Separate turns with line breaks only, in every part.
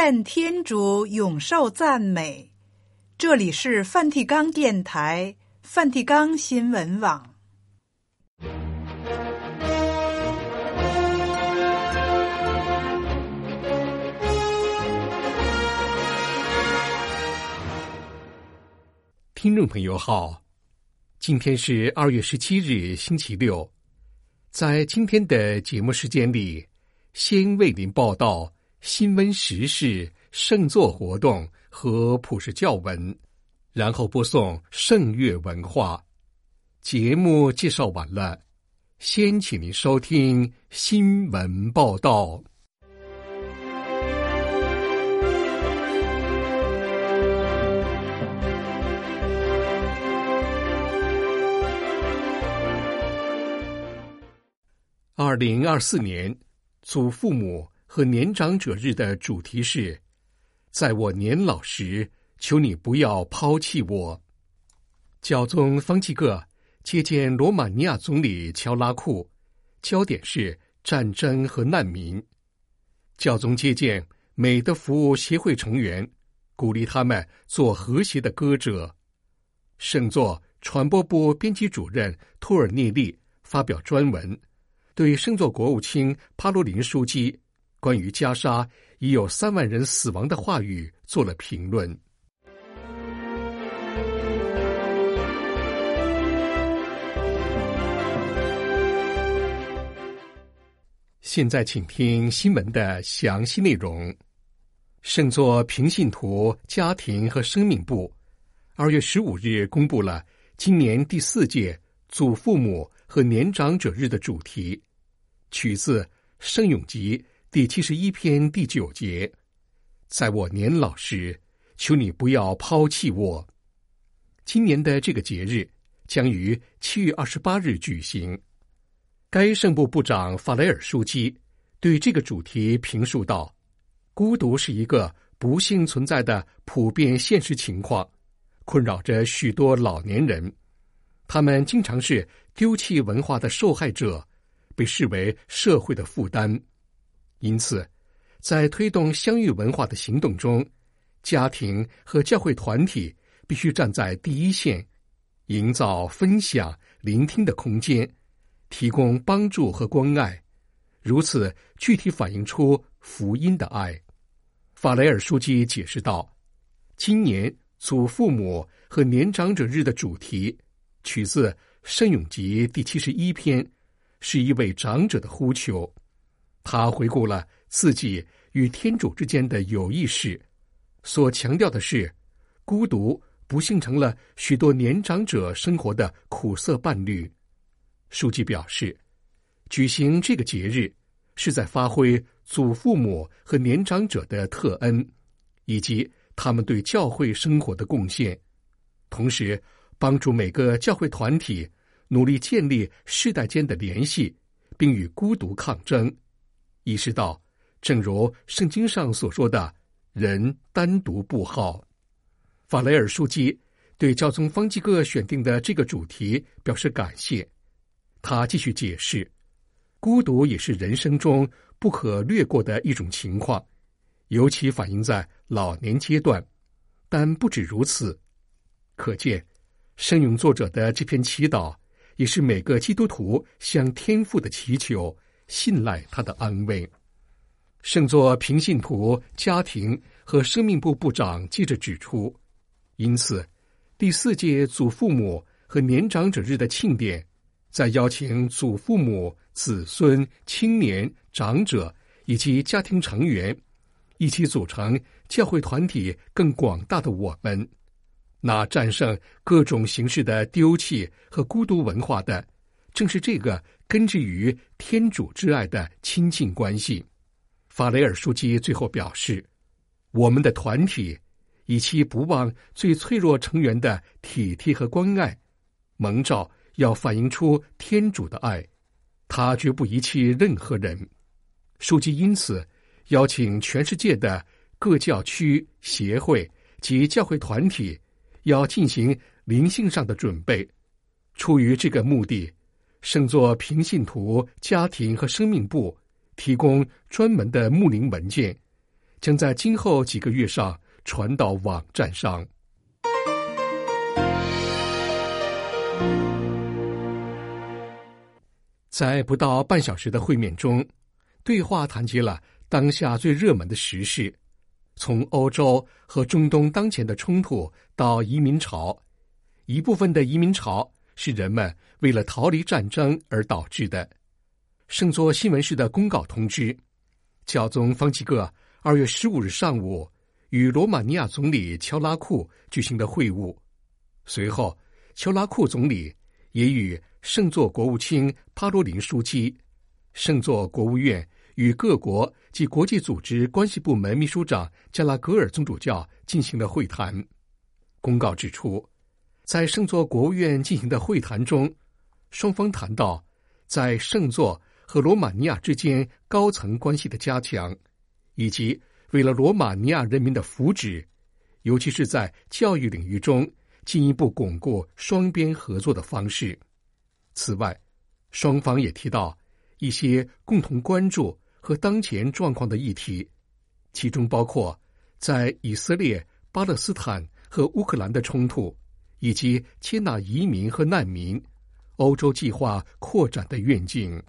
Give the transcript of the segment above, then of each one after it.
愿天主永受赞美。这里是梵蒂冈电台、梵蒂冈新闻网。
听众朋友好，今天是2月17日星期六。在今天的节目时间里，先为您报道新闻时事、圣座活动和普世教文，然后播送圣乐文化。节目介绍完了，先请您收听新闻报道。2024年祖父母和年长者日的主题是在我年老时，求你不要抛弃我。教宗方济各接见罗马尼亚总理乔拉库，焦点是战争和难民。教宗接见美的服务协会成员，鼓励他们做和谐的歌者。圣座传播部编辑主任托尔涅利发表专文，对圣座国务卿帕罗林书记关于加沙已有3万人死亡的话语做了评论。现在请听新闻的详细内容。圣座平信徒家庭和生命部2月15日公布了今年第4届祖父母和年长者日的主题，取自圣咏集第71篇第9节，在我年老时，求你不要抛弃我。今年的这个节日将于7月28日举行。该圣部部长法雷尔书记对这个主题评述道，孤独是一个不幸存在的普遍现实情况，困扰着许多老年人。他们经常是丢弃文化的受害者，被视为社会的负担。因此，在推动乡域文化的行动中，家庭和教会团体必须站在第一线，营造分享、聆听的空间，提供帮助和关爱，如此具体反映出福音的爱。法雷尔书记解释道，今年祖父母和年长者日的主题取自圣咏集第71篇，是一位长者的呼求。他回顾了自己与天主之间的友谊史，所强调的是孤独不幸成了许多年长者生活的苦涩伴侣。书记表示，举行这个节日是在发挥祖父母和年长者的特恩，以及他们对教会生活的贡献，同时帮助每个教会团体努力建立世代间的联系，并与孤独抗争，意识到正如圣经上所说的，人单独不好。法雷尔书记对教宗方济各选定的这个主题表示感谢。他继续解释，孤独也是人生中不可略过的一种情况，尤其反映在老年阶段，但不止如此。可见圣咏作者的这篇祈祷也是每个基督徒向天父的祈求，信赖他的安慰。圣座平信徒家庭和生命部部长接着指出，因此第4届祖父母和年长者日的庆典，在邀请祖父母、子孙、青年、长者以及家庭成员一起组成教会团体更广大的我们，那战胜各种形式的丢弃和孤独文化的，正是这个根植于天主之爱的亲近关系。法雷尔书记最后表示，我们的团体以其不忘最脆弱成员的体贴和关爱，蒙召要反映出天主的爱，他绝不遗弃任何人。书记因此邀请全世界的各教区、协会及教会团体要进行灵性上的准备。出于这个目的，圣座平信徒家庭和生命部提供专门的牧灵文件， 将在今后几个月上传到网站上。在不到半小时的会面中，对话谈及了当下最热门的时事，从欧洲和中东当前的冲突到移民潮。一部分的移民潮是人们为了逃离战争而导致的。圣座新闻室的公告通知，教宗方济各2月15日上午与罗马尼亚总理乔拉库举行的会晤，随后乔拉库总理也与圣座国务卿帕罗林枢机、圣座国务院与各国及国际组织关系部门秘书长加拉格尔宗主教进行了会谈。公告指出，在圣座国务院进行的会谈中，双方谈到在圣座和罗马尼亚之间高层关系的加强，以及为了罗马尼亚人民的福祉，尤其是在教育领域中进一步巩固双边合作的方式。此外，双方也提到一些共同关注和当前状况的议题，其中包括在以色列、巴勒斯坦和乌克兰的冲突，以及接纳移民和难民、欧洲计划扩展的愿景。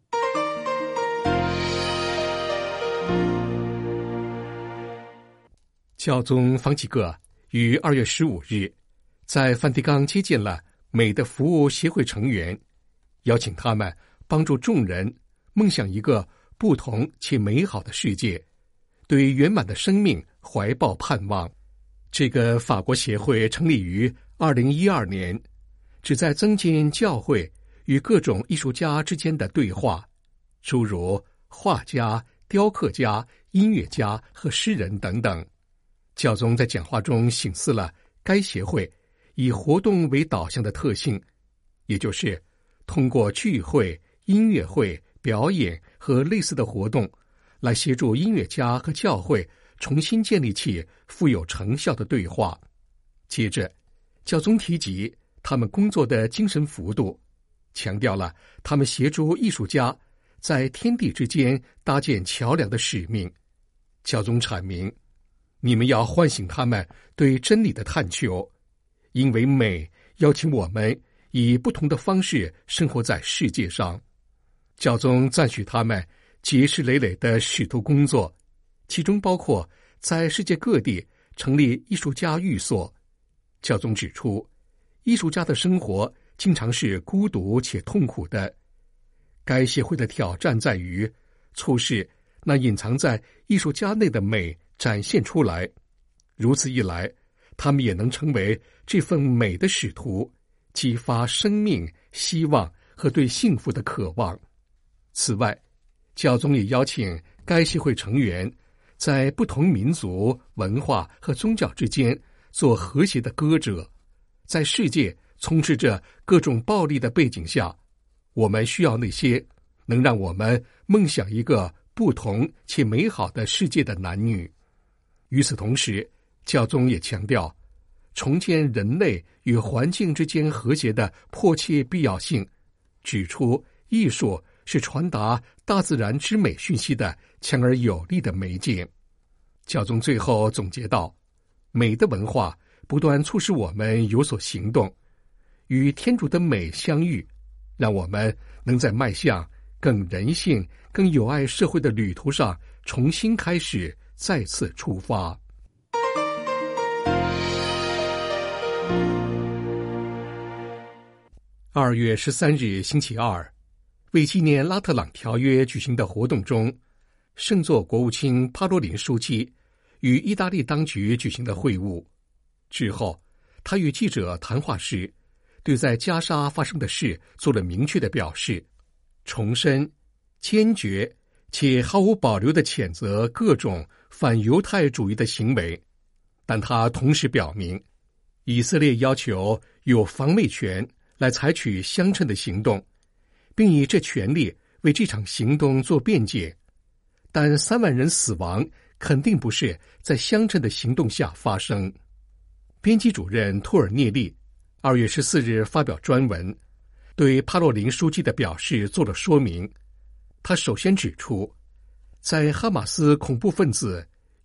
教宗方济各于2月15日在梵蒂冈接见了美的服务协会成员，邀请他们帮助众人梦想一个不同且美好的世界，对圆满的生命怀抱盼望。这个法国协会成立于2012年，旨在增进教会与各种艺术家之间的对话，诸如画家、雕刻家、音乐家和诗人等等。教宗在讲话中省思了该协会以活动为导向的特性，也就是通过聚会、音乐会、表演和类似的活动，来协助音乐家和教会重新建立起富有成效的对话。接着，教宗提及他们工作的精神幅度，强调了他们协助艺术家在天地之间搭建桥梁的使命。教宗阐明，你们要唤醒他们对真理的探求，因为美邀请我们以不同的方式生活在世界上。教宗赞许他们结实累累的使徒工作，其中包括在世界各地成立艺术家寓所。教宗指出，艺术家的生活经常是孤独且痛苦的。该协会的挑战在于促使那隐藏在艺术家内的美展现出来，如此一来，他们也能成为这份美的使徒，激发生命、希望和对幸福的渴望。此外，教宗也邀请该协会成员在不同民族、文化和宗教之间做和谐的歌者。在世界充斥着各种暴力的背景下，我们需要那些能让我们梦想一个不同且美好的世界的男女。与此同时，教宗也强调重建人类与环境之间和谐的迫切必要性，指出艺术是传达大自然之美讯息的强而有力的媒介。教宗最后总结道，美的文化不断促使我们有所行动，与天主的美相遇，让我们能在迈向更人性、更有爱社会的旅途上重新开始，再次出发。2月13日星期二，为纪念拉特朗条约举行的活动中，圣座国务卿帕罗林枢机与意大利当局举行了会晤。之后，他与记者谈话时，对在加沙发生的事做了明确的表示，重申坚决且毫无保留地谴责各种反犹太主义的行为。但他同时表明，以色列要求有防卫权来采取相称的行动，并以这权利为这场行动做辩解。但3万人死亡肯定不是在相称的行动下发生。编辑主任托尔涅利2月14日发表专文，对帕洛林书记的表示做了说明。他首先指出，在哈马斯恐怖分子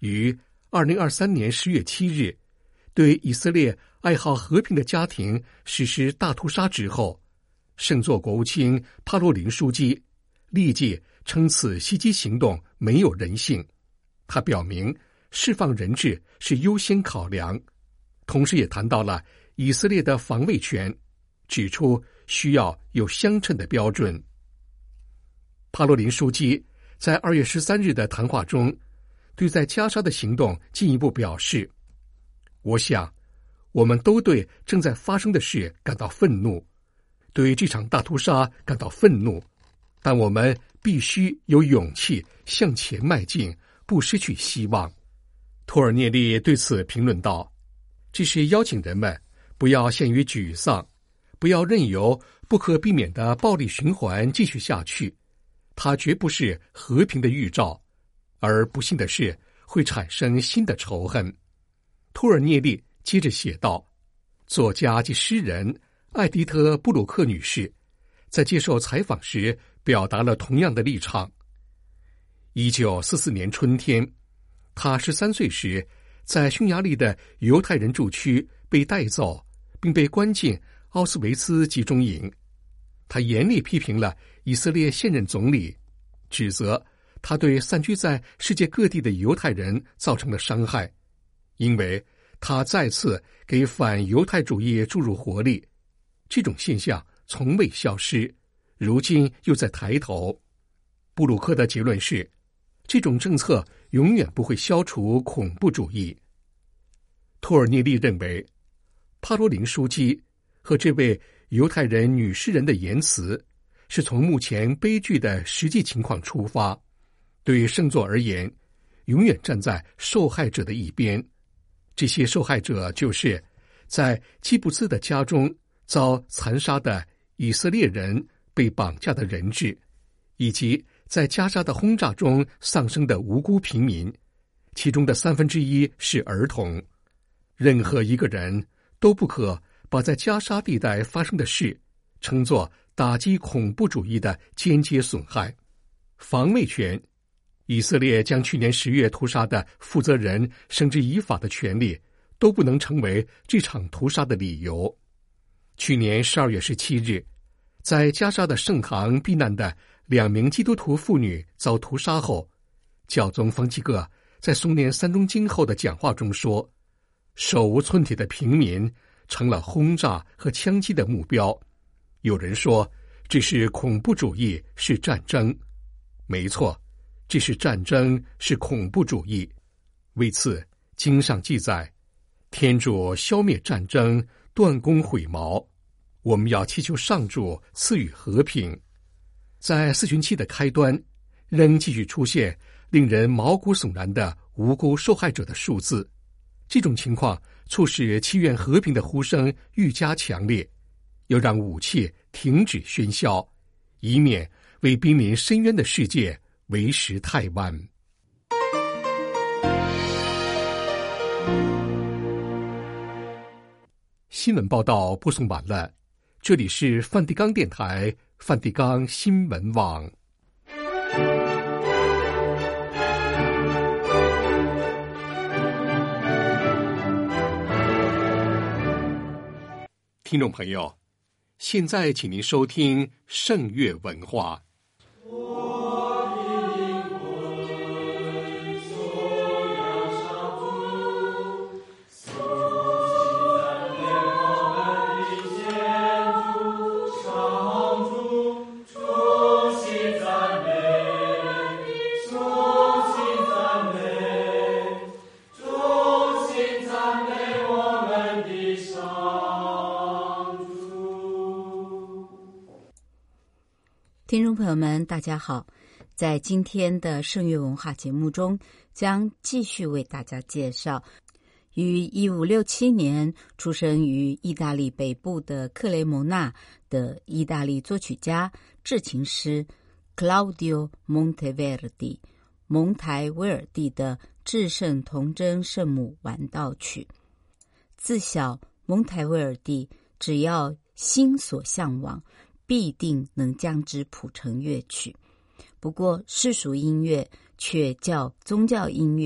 于2023年10月7日对以色列爱好和平的家庭实施大屠杀之后，圣座国务卿帕洛林书记立即称此袭击行动没有人性。他表明释放人质是优先考量，同时也谈到了以色列的防卫权，指出需要有相称的标准。帕洛林书记在2月13日的谈话中，对在加沙的行动进一步表示，我想我们都对正在发生的事感到愤怒，对这场大屠杀感到愤怒，但我们必须有勇气向前迈进，不失去希望。托尔涅利对此评论道，这是邀请人们不要陷于沮丧，不要任由不可避免的暴力循环继续下去，它绝不是和平的预兆，而不幸的是会产生新的仇恨。托尔涅利接着写道，作家及诗人艾迪特·布鲁克女士在接受采访时表达了同样的立场。1944年春天，她13岁时在匈牙利的犹太人住区被带走，并被关进奥斯维兹集中营。她严厉批评了以色列现任总理，指责他对散居在世界各地的犹太人造成了伤害，因为他再次给反犹太主义注入活力。这种现象从未消失，如今又在抬头。布鲁克的结论是，这种政策永远不会消除恐怖主义。托尔涅利认为，帕罗林书记和这位犹太人女诗人的言辞是从目前悲剧的实际情况出发，对圣座而言，永远站在受害者的一边。这些受害者就是在基布兹的家中遭残杀的以色列人被绑架的人质，以及在加沙的轰炸中丧生的无辜平民，其中的1/3是儿童。任何一个人都不可把在加沙地带发生的事称作打击恐怖主义的间接损害。防卫权，以色列将去年10月屠杀的负责人绳之以法的权利都不能成为这场屠杀的理由。去年12月17日，在加沙的圣堂避难的2名基督徒妇女遭屠杀后，教宗方济各在诵念3中经后的讲话中说，手无寸铁的平民成了轰炸和枪击的目标。有人说这是恐怖主义，是战争。没错，这是战争，是恐怖主义。为此，经上记载，天主消灭战争，断弓毁矛。我们要祈求上主赐予和平。在4旬期的开端，仍继续出现令人毛骨悚然的无辜受害者的数字。这种情况促使祈愿和平的呼声愈加强烈，要让武器停止喧嚣，以免为濒临深渊的世界为时太晚。新闻报道播送完了，这里是梵蒂冈电台梵蒂冈新闻网。听众朋友，现在请您收听圣乐文化。
听众朋友们大家好，在今天的圣乐文化节目中，将继续为大家介绍于1567年出生于意大利北部的克雷蒙纳的意大利作曲家、制琴师 Claudio Monteverdi 蒙台威尔第的至圣童贞圣母晚祷曲。自小蒙台威尔第只要心所向往，必定能将之谱成乐曲。不过世俗音乐却较宗教音乐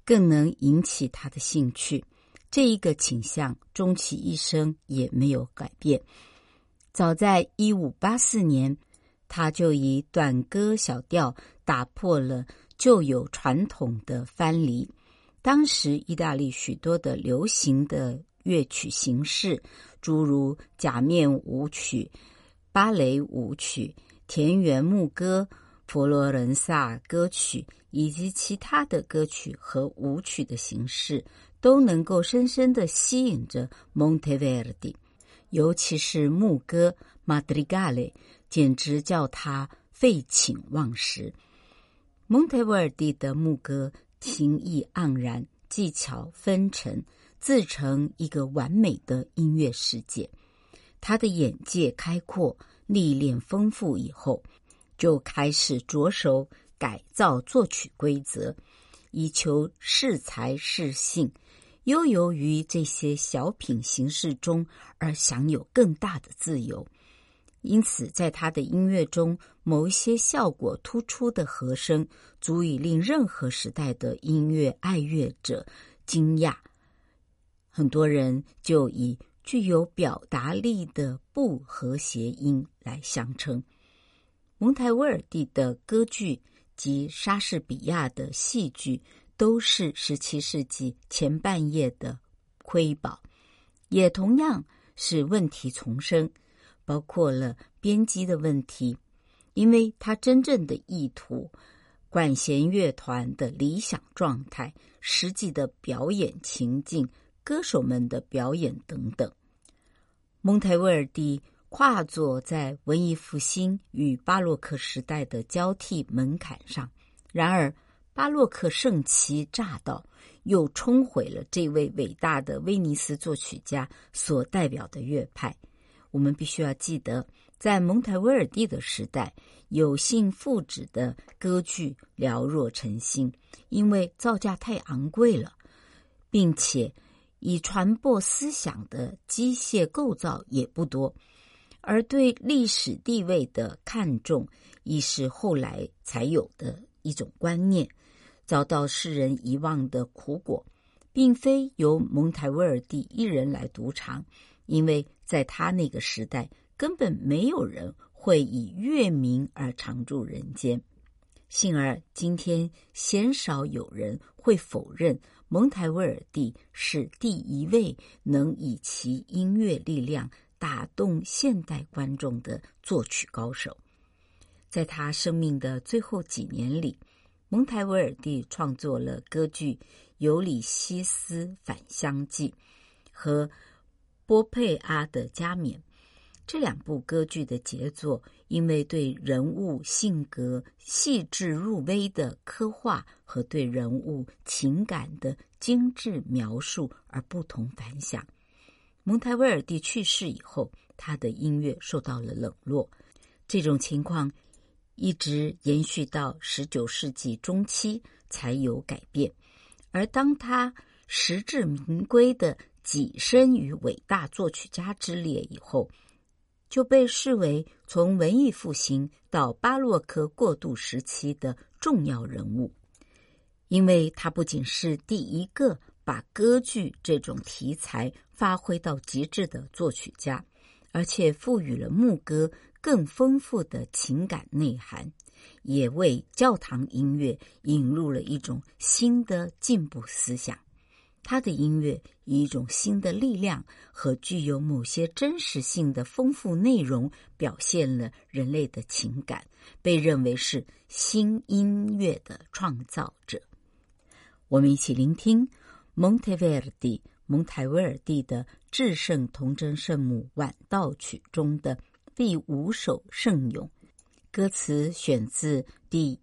更能引起他的兴趣。这一个倾向终其一生也没有改变。早在1584年，他就以短歌小调打破了旧有传统的藩篱。当时意大利许多的流行的乐曲形式，诸如假面舞曲、芭蕾舞曲、田园牧歌、佛罗伦萨歌曲以及其他的歌曲和舞曲的形式，都能够深深地吸引着蒙特维尔第，尤其是牧歌 Madrigale， 简直叫他废寝忘食。蒙特维尔第的牧歌情意盎然，技巧纷呈，自成一个完美的音乐世界。他的眼界开阔，历练丰富以后，就开始着手改造作曲规则，以求适才适性，悠游于这些小品形式中而享有更大的自由。因此在他的音乐中，某一些效果突出的和声足以令任何时代的音乐爱乐者惊讶，很多人就以具有表达力的不和谐音来相称。蒙台威尔第的歌剧及莎士比亚的戏剧都是17世纪前半叶的瑰宝，也同样是问题丛生，包括了编辑的问题，因为他真正的意图、管弦乐团的理想状态、实际的表演情境、歌手们的表演等等。蒙台威尔第跨坐在文艺复兴与巴洛克时代的交替门槛上，然而巴洛克盛期乍到，又冲毁了这位伟大的威尼斯作曲家所代表的乐派。我们必须要记得，在蒙台威尔第的时代，有幸复制的歌剧寥若晨星，因为造价太昂贵了，并且以传播思想的机械构造也不多，而对历史地位的看重亦是后来才有的一种观念，遭到世人遗忘的苦果，并非由蒙台威尔第一人来独尝，因为在他那个时代根本没有人会以乐名而常驻人间。幸而今天鲜少有人会否认蒙台威尔第是第一位能以其音乐力量打动现代观众的作曲高手。在他生命的最后几年里，蒙台威尔第创作了歌剧《尤里西斯返乡记》和《波佩阿的加冕》。这两部歌剧的杰作，因为对人物性格细致入微的刻画和对人物情感的精致描述而不同凡响。蒙台威尔第去世以后，他的音乐受到了冷落，这种情况一直延续到19世纪中期才有改变。而当他实至名归的跻身于伟大作曲家之列以后，就被视为从文艺复兴到巴洛克过渡时期的重要人物，因为他不仅是第一个把歌剧这种题材发挥到极致的作曲家，而且赋予了牧歌更丰富的情感内涵，也为教堂音乐引入了一种新的进步思想。他的音乐以一种新的力量和具有某些真实性的丰富内容表现了人类的情感，被认为是新音乐的创造者。我们一起聆听蒙台威尔第的至圣童贞圣母晚祷曲中的第5首圣咏，歌词选自第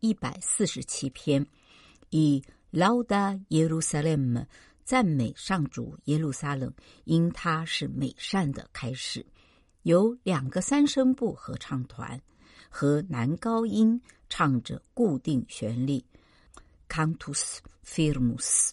147篇，以 Lauda Jerusalem 赞美上主耶路撒冷，因它是美善的开始，由2个3声部合唱团和男高音唱着固定旋律 Cantus Firmus。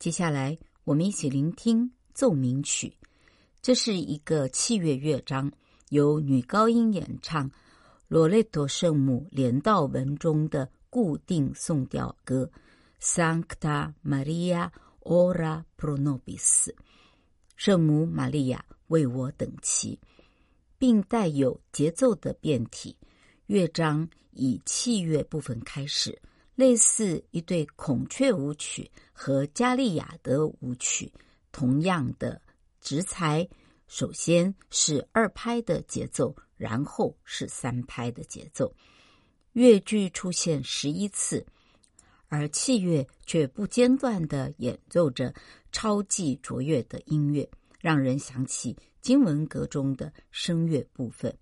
接下来我们一起聆听奏鸣曲，这是一个器乐乐章，由女高音演唱罗雷多圣母连道文中的固定颂调歌 Sancta Maria Ora pro nobis， 圣母玛利亚为我等祈，并带有节奏的变体。乐章以器乐部分开始，类似一对孔雀舞曲和加利亚的舞曲同样的植材，首先是2拍的节奏，然后是3拍的节奏。乐句出现11次，而器乐却不间断地演奏着超级卓越的音乐，让人想起经文歌中的声乐部分。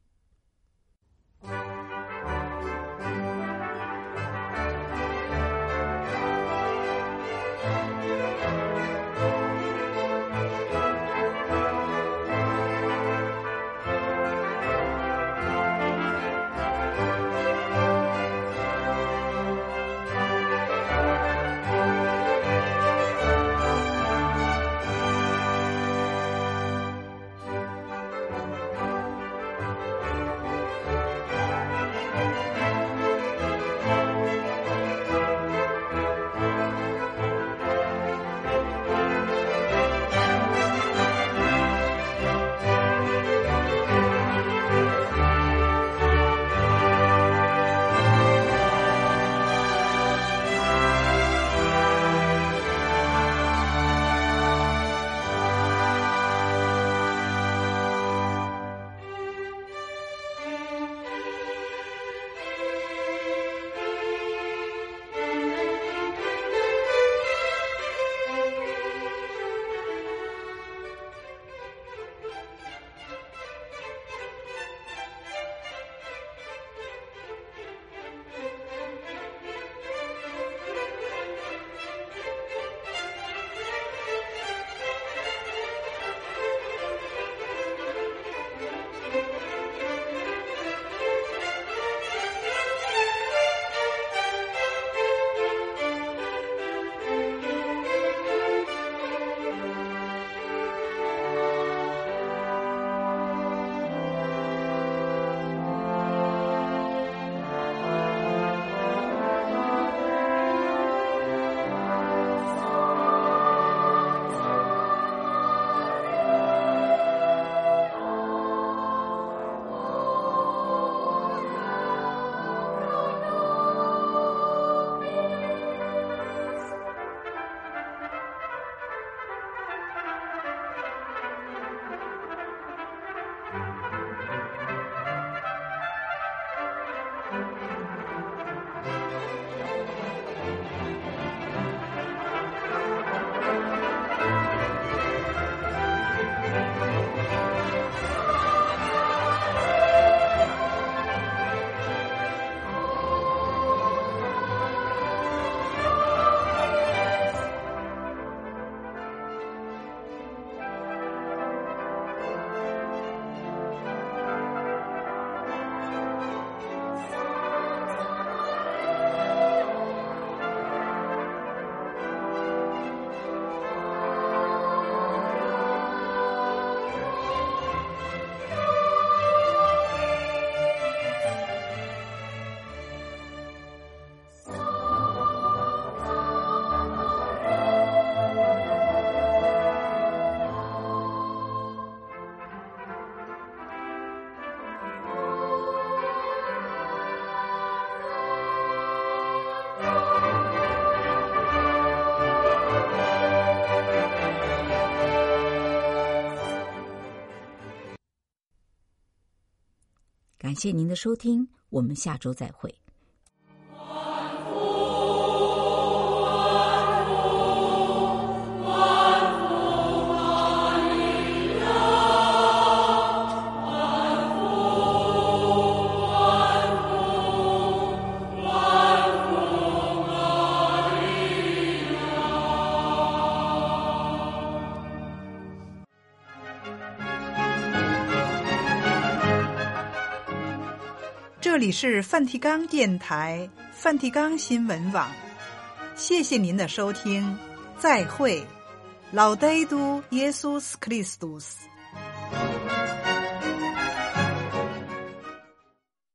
感谢您的收听，我们下周再会。
这里是梵蒂冈电台、梵蒂冈新闻网，谢谢您的收听， 再会，Laudetur Jesus Christus。